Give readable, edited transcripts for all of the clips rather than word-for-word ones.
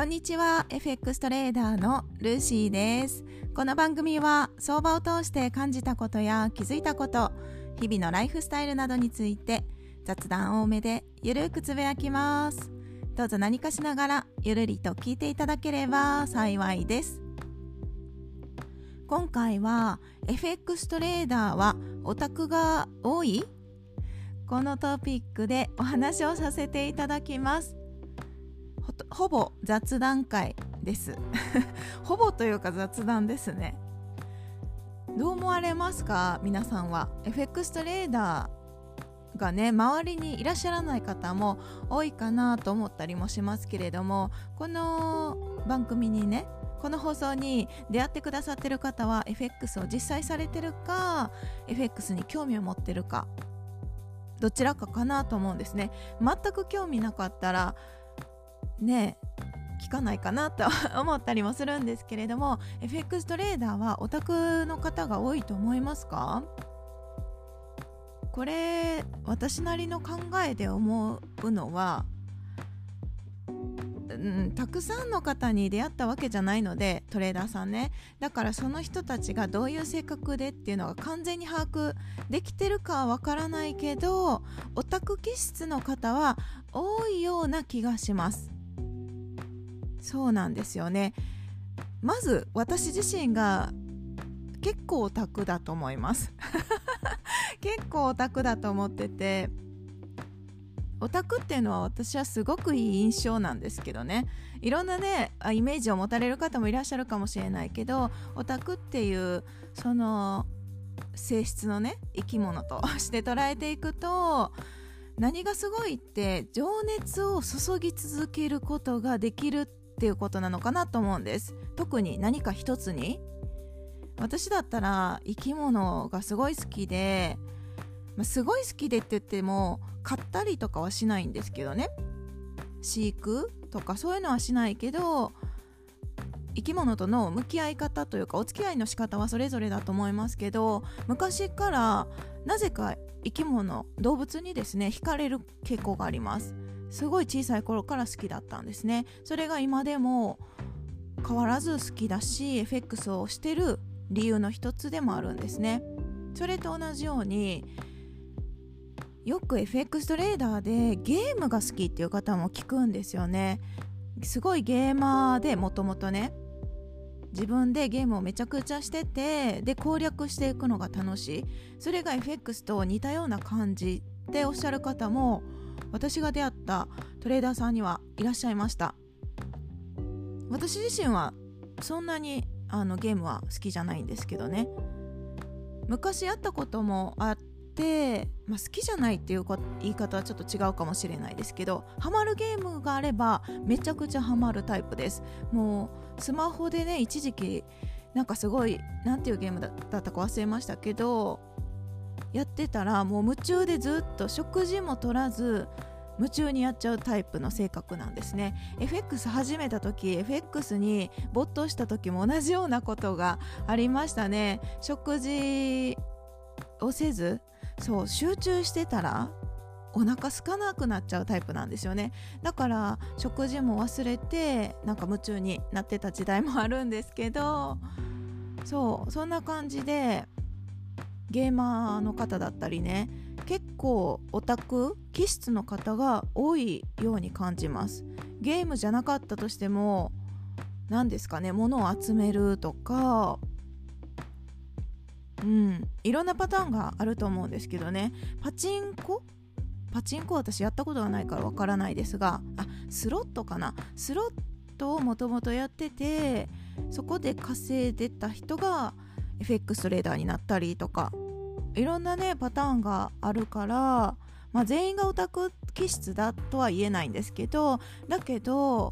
んにちは。 FX トレーダーのルーシーです。この番組は相場を通して感じたことや気づいたこと、日々のライフスタイルなどについて雑談多めでゆるくつぶやきます。どうぞ何かしながらゆるりと聞いていただければ幸いです。今回は FX トレーダーはオタクが多い？このトピックでお話をさせていただきます。ほぼ雑談会ですほぼというか雑談ですね。どう思われますか？皆さんは FX トレーダーがね、周りにいらっしゃらない方も多いかなと思ったりもしますけれども、この番組にね、この放送に出会ってくださってる方は FX を実際されてるか FX に興味を持ってるか、どちらかかなと思うんですね。全く興味なかったらね聞かないかなと思ったりもするんですけれども、 FX トレーダーはオタクの方が多いと思いますか？これ私なりの考えで思うのは、たくさんの方に出会ったわけじゃないので、トレーダーさんね、だからその人たちがどういう性格でっていうのが完全に把握できてるかはわからないけど、オタク気質の方は多いような気がします。そうなんですよね。まず私自身が結構オタクだと思います結構オタクだと思ってて、オタクっていうのは私はすごくいい印象なんですけどね、いろんなねイメージを持たれる方もいらっしゃるかもしれないけど、オタクっていうその性質のね生き物として捉えていくと、何がすごいって情熱を注ぎ続けることができるっていうことなのかなと思うんです。特に何か一つに。私だったら生き物がすごい好きで、すごい好きでって言っても飼ったりとかはしないんですけどね、飼育とかそういうのはしないけど、生き物との向き合い方というかお付き合いの仕方はそれぞれだと思いますけど、昔からなぜか生き物、動物にですね惹かれる傾向があります。すごい小さい頃から好きだったんですね。それが今でも変わらず好きだし、 FX をしてる理由の一つでもあるんですね。それと同じように、よく FX トレーダーでゲームが好きっていう方も聞くんですよね。すごいゲーマーで、もともとね自分でゲームをめちゃくちゃしてて、で攻略していくのが楽しい、それが FX と似たような感じっておっしゃる方も私が出会ったトレーダーさんにはいらっしゃいました。私自身はそんなにゲームは好きじゃないんですけどね、昔やったこともあって、好きじゃないっていう言い方はちょっと違うかもしれないですけど、ハマるゲームがあればめちゃくちゃハマるタイプです。もうスマホでね、一時期なんかすごいなんていうゲームだったか忘れましたけど、やってたらもう夢中でずっと食事も取らず夢中にやっちゃうタイプの性格なんですね。 FX 始めた時、 FX に没頭した時も同じようなことがありましたね。食事をせず、そう集中してたらお腹空かなくなっちゃうタイプなんですよね。だから食事も忘れてなんか夢中になってた時代もあるんですけど、そんな感じでゲーマーの方だったりね、結構オタク気質の方が多いように感じます。ゲームじゃなかったとしても何ですかね、物を集めるとか、いろんなパターンがあると思うんですけどね。パチンコ私やったことがないからわからないですが、スロットかな、スロットをもともとやってて、そこで稼いでた人が FX トレーダーになったりとか、いろんなねパターンがあるから、全員がオタク気質だとは言えないんですけど、だけど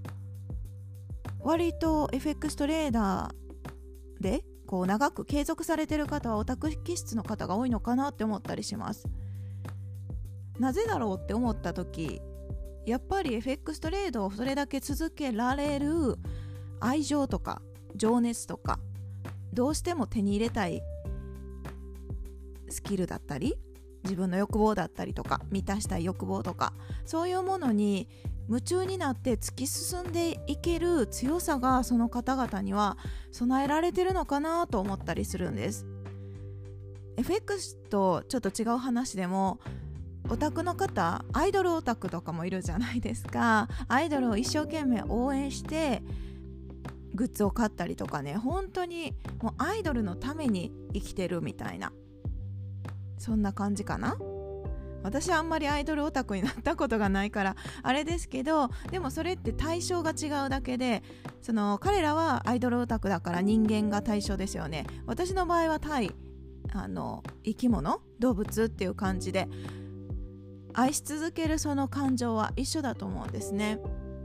割と FX トレーダーでこう長く継続されてる方はオタク気質の方が多いのかなって思ったりします。なぜだろうって思った時、やっぱり FX トレードをそれだけ続けられる愛情とか情熱とか、どうしても手に入れたいスキルだったり自分の欲望だったりとか、満たしたい欲望とか、そういうものに夢中になって突き進んでいける強さがその方々には備えられてるのかなと思ったりするんです。 FX とちょっと違う話でも、オタクの方、アイドルオタクとかもいるじゃないですか。アイドルを一生懸命応援してグッズを買ったりとかね、本当にもうアイドルのために生きてるみたいな、そんな感じかな。私はあんまりアイドルオタクになったことがないからあれですけど、でもそれって対象が違うだけで、その彼らはアイドルオタクだから人間が対象ですよね。私の場合は生き物、動物っていう感じで、愛し続けるその感情は一緒だと思うんですね。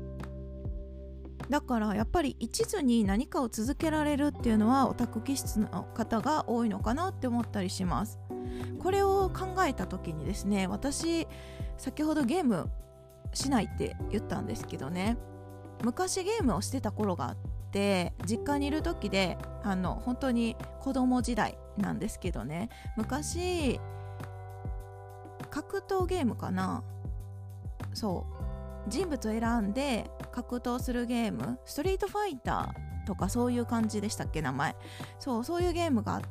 だからやっぱり一途に何かを続けられるっていうのはオタク気質の方が多いのかなって思ったりします。これを考えた時にですね、私先ほどゲームしないって言ったんですけどね、昔ゲームをしてた頃があって、実家にいる時で本当に子供時代なんですけどね、昔格闘ゲームかな、そう人物を選んで格闘するゲーム、ストリートファイターとかそういう感じでしたっけ、名前。そういうゲームがあって、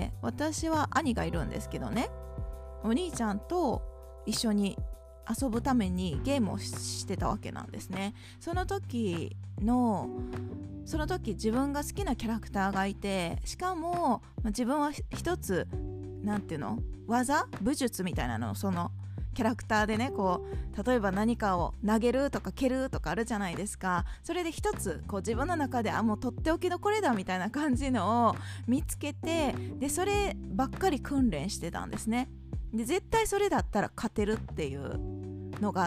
私は兄がいるんですけどね、お兄ちゃんと一緒に遊ぶためにゲームをしてたわけなんですね。その時自分が好きなキャラクターがいて、しかも自分は一つなんていうの、技、武術みたいなのをそのキャラクターでね、こう例えば何かを投げるとか蹴るとかあるじゃないですか。それで一つこう自分の中でもうとっておきのこれだみたいな感じのを見つけて、でそればっかり訓練してたんですね。で絶対それだったら勝てるっていうのがあって、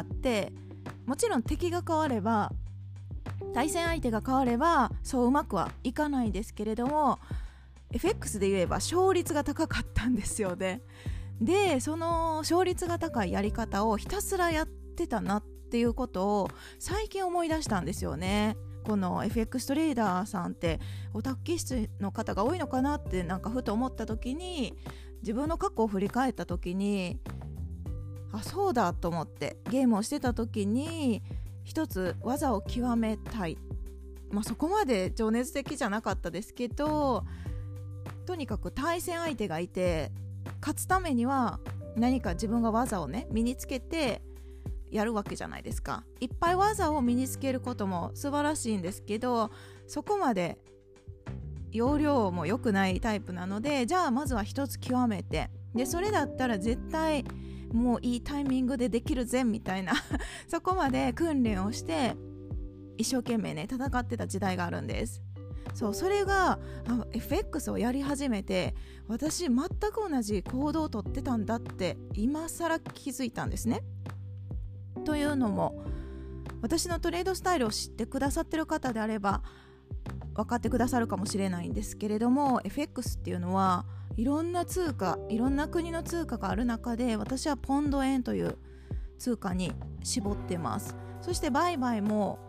もちろん敵が変われば、対戦相手が変わればそううまくはいかないですけれども、 FX で言えば勝率が高かったんですよね。でその勝率が高いやり方をひたすらやってたなっていうことを最近思い出したんですよね。この FX トレーダーさんってオタク気質の方が多いのかなって、なんかふと思った時に、自分の過去を振り返った時に、そうだと思って、ゲームをしてた時に一つ技を極めたい、そこまで情熱的じゃなかったですけど、とにかく対戦相手がいて勝つためには何か自分が技をね身につけてやるわけじゃないですか。いっぱい技を身につけることも素晴らしいんですけど、そこまで容量も良くないタイプなので、じゃあまずは一つ極めて、でそれだったら絶対もういいタイミングでできるぜみたいなそこまで訓練をして一生懸命ね戦ってた時代があるんです。それがFX をやり始めて、私全く同じ行動をとってたんだって今更気づいたんですね。というのも、私のトレードスタイルを知ってくださってる方であれば分かってくださるかもしれないんですけれども、 FX っていうのはいろんな通貨、いろんな国の通貨がある中で、私はポンド円という通貨に絞ってます。そして売買も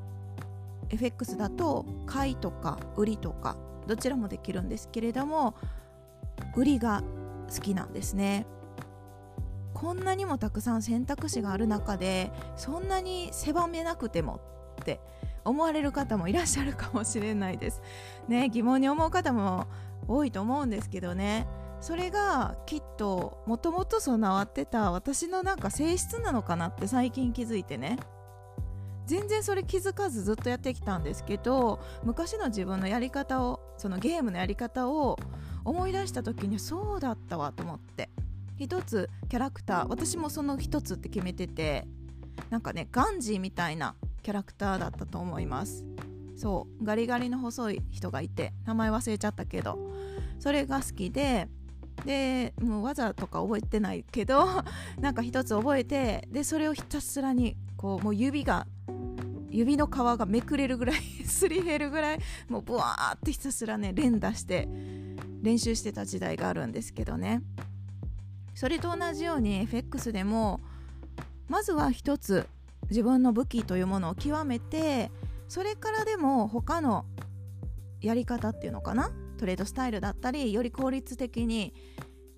FX だと買いとか売りとかどちらもできるんですけれども、売りが好きなんですね。こんなにもたくさん選択肢がある中で、そんなに狭めなくてもって思われる方もいらっしゃるかもしれないですね。疑問に思う方も多いと思うんですけどね、それがきっともともと備わってた私のなんか性質なのかなって最近気づいてね、全然それ気づかずずっとやってきたんですけど、昔の自分のやり方を、そのゲームのやり方を思い出した時にそうだったわと思って、一つキャラクター、私もその一つって決めてて、なんかねガンジーみたいなキャラクターだったと思います。ガリガリの細い人がいて、名前忘れちゃったけど、それが好きでもう技とか覚えてないけどなんか一つ覚えて、でそれをひたすらにこう、もう指の皮がめくれるぐらいすり減るぐらい、もうブワーってひたすらね連打して練習してた時代があるんですけどね。それと同じように FX でもまずは一つ自分の武器というものを極めて、それからでも他のやり方っていうのかな、トレードスタイルだったりより効率的に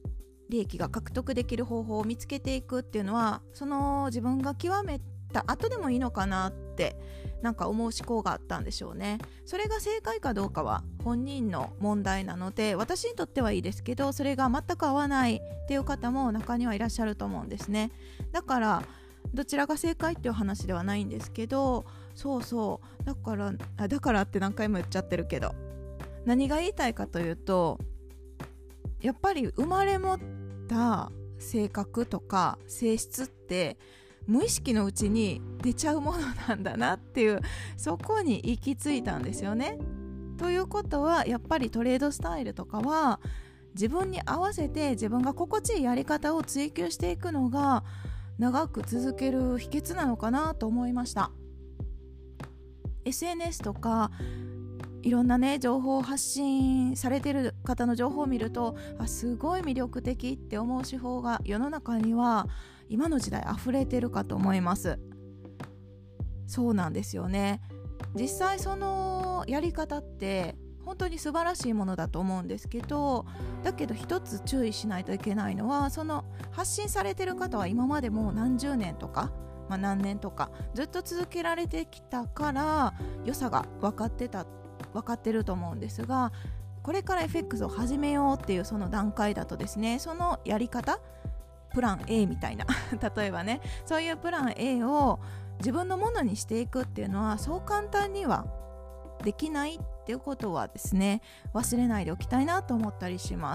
利益が獲得できる方法を見つけていくっていうのは、その自分が極めた後でもいいのかなってなんか思う思考があったんでしょうね。それが正解かどうかは本人の問題なので、私にとってはいいですけど、それが全く合わないっていう方も中にはいらっしゃると思うんですね。だからどちらが正解っていう話ではないんですけど、そうだからって何回も言っちゃってるけど、何が言いたいかというと、やっぱり生まれ持った性格とか性質って無意識のうちに出ちゃうものなんだなっていう、そこに行き着いたんですよね。ということはやっぱりトレードスタイルとかは自分に合わせて自分が心地いいやり方を追求していくのが長く続ける秘訣なのかなと思いました。 SNS とかいろんなね情報を発信されてる方の情報を見ると、すごい魅力的って思う手法が世の中には今の時代溢れてるかと思います。そうなんですよね。実際そのやり方って本当に素晴らしいものだと思うんですけど、だけど一つ注意しないといけないのは、その発信されてる方は今までも何十年とか、何年とかずっと続けられてきたから良さが分かってると思うんですが、これから FX を始めようっていうその段階だとですね、そのやり方、プラン A みたいな例えばね、そういうプラン A を自分のものにしていくっていうのはそう簡単にはできないっていうことはですね、忘れないでおきたいなと思ったりします。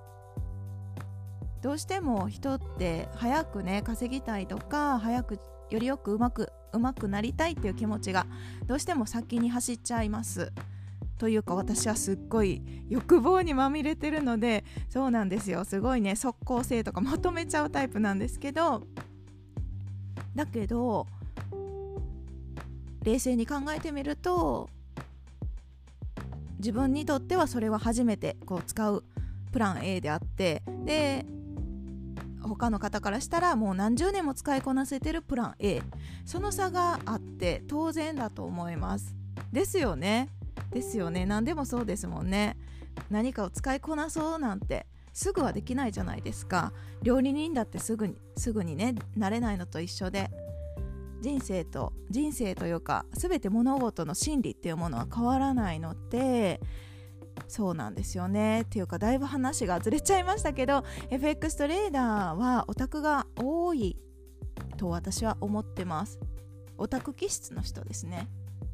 どうしても人って早くね稼ぎたいとか、早くよりよくうまくなりたいっていう気持ちがどうしても先に走っちゃいます。というか私はすっごい欲望にまみれてるので、そうなんですよ、すごいね即効性とか求めちゃうタイプなんですけど、だけど冷静に考えてみると、自分にとってはそれは初めて使うプラン A であって、で他の方からしたらもう何十年も使いこなせてるプラン A、 その差があって当然だと思います。ですよね何でもそうですもんね。何かを使いこなそうなんてすぐはできないじゃないですか。料理人だってすぐにねなれないのと一緒で、人生というか全て物事の真理っていうものは変わらないので、そうなんですよね。っていうかだいぶ話がずれちゃいましたけど、 FX トレーダーはオタクが多いと私は思ってます。オタク気質の人ですね。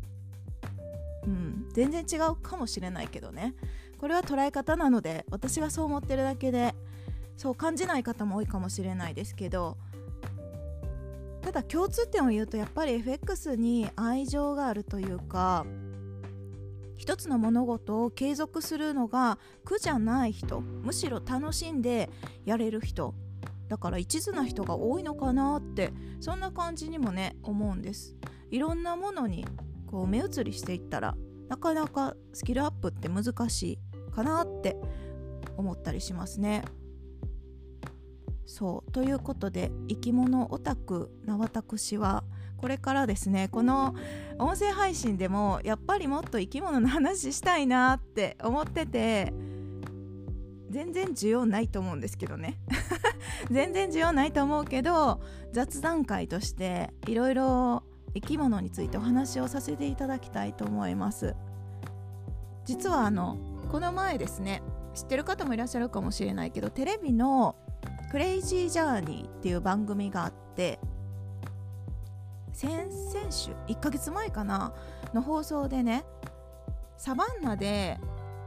全然違うかもしれないけどね、これは捉え方なので私はそう思ってるだけで、そう感じない方も多いかもしれないですけど、ただ共通点を言うとやっぱり FX に愛情があるというか、一つの物事を継続するのが苦じゃない人、むしろ楽しんでやれる人だから一途な人が多いのかなって、そんな感じにもね思うんです。いろんなものに目移りしていったらなかなかスキルアップって難しいかなって思ったりしますね。そうということで、生き物オタクな私はこれからですね、この音声配信でもやっぱりもっと生き物の話したいなって思ってて、全然需要ないと思うんですけどね全然需要ないと思うけど、雑談会としていろいろ生き物についてお話をさせていただきたいと思います。実はこの前ですね、知ってる方もいらっしゃるかもしれないけど、テレビのクレイジージャーニーっていう番組があって、先週1ヶ月前かなの放送でね、サバンナで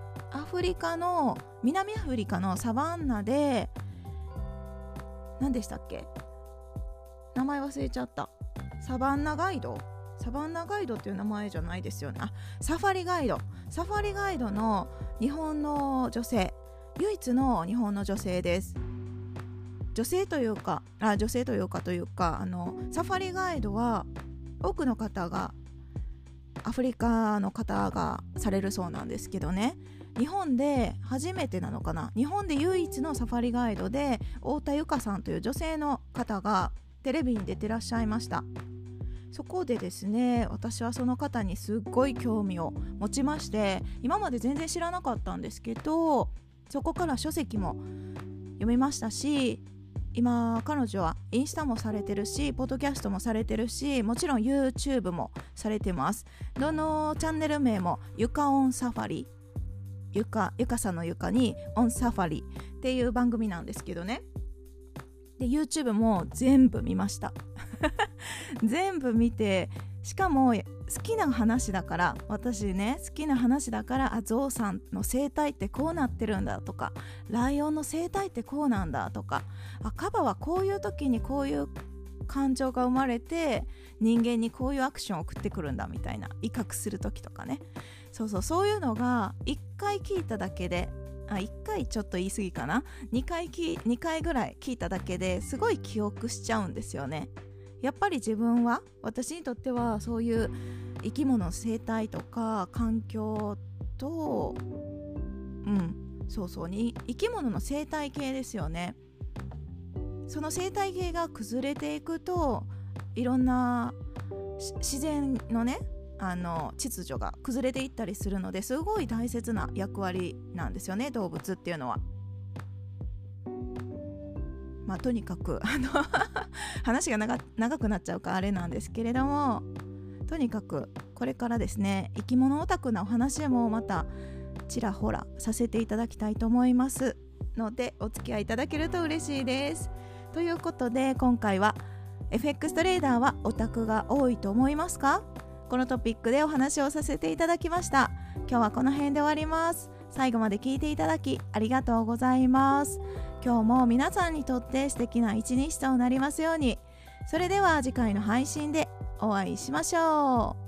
南アフリカのサバンナで何でしたっけ、名前忘れちゃった。サバンナガイドっていう名前じゃないですよね。サファリガイドの日本の女性、唯一の日本の女性です。女性というかサファリガイドは多くの方がアフリカの方がされるそうなんですけどね、日本で初めてなのかな、日本で唯一のサファリガイドで太田由香さんという女性の方がテレビに出てらっしゃいました。そこでですね、私はその方にすっごい興味を持ちまして、今まで全然知らなかったんですけど、そこから書籍も読みましたし、今彼女はインスタもされてるし、ポッドキャストもされてるし、もちろん YouTube もされてます。どのチャンネル名もゆかオンサファリ、ゆかさんのゆかにオンサファリっていう番組なんですけどね。で YouTube も全部見ました全部見て、しかも好きな話だから、私ね好きな話だから、ゾウさんの生態ってこうなってるんだとか、ライオンの生態ってこうなんだとか、カバはこういう時にこういう感情が生まれて人間にこういうアクションを送ってくるんだみたいな、威嚇する時とかね、そういうのが1回聞いただけで、1回ちょっと言い過ぎかな、2回ぐらい聞いただけですごい記憶しちゃうんですよね。やっぱり私にとってはそういう生き物の生態とか環境と、生き物の生態系ですよね。その生態系が崩れていくと、いろんな自然のね秩序が崩れていったりするので、すごい大切な役割なんですよね、動物っていうのは。とにかく話が長くなっちゃうからあれなんですけれども、とにかくこれからですね、生き物オタクなお話もまたちらほらさせていただきたいと思いますので、お付き合いいただけると嬉しいです。ということで、今回は FX トレーダーはオタクが多いと思いますか？このトピックでお話をさせていただきました。今日はこの辺で終わります。最後まで聞いていただきありがとうございます。今日も皆さんにとって素敵な一日となりますように。それでは次回の配信でお会いしましょう。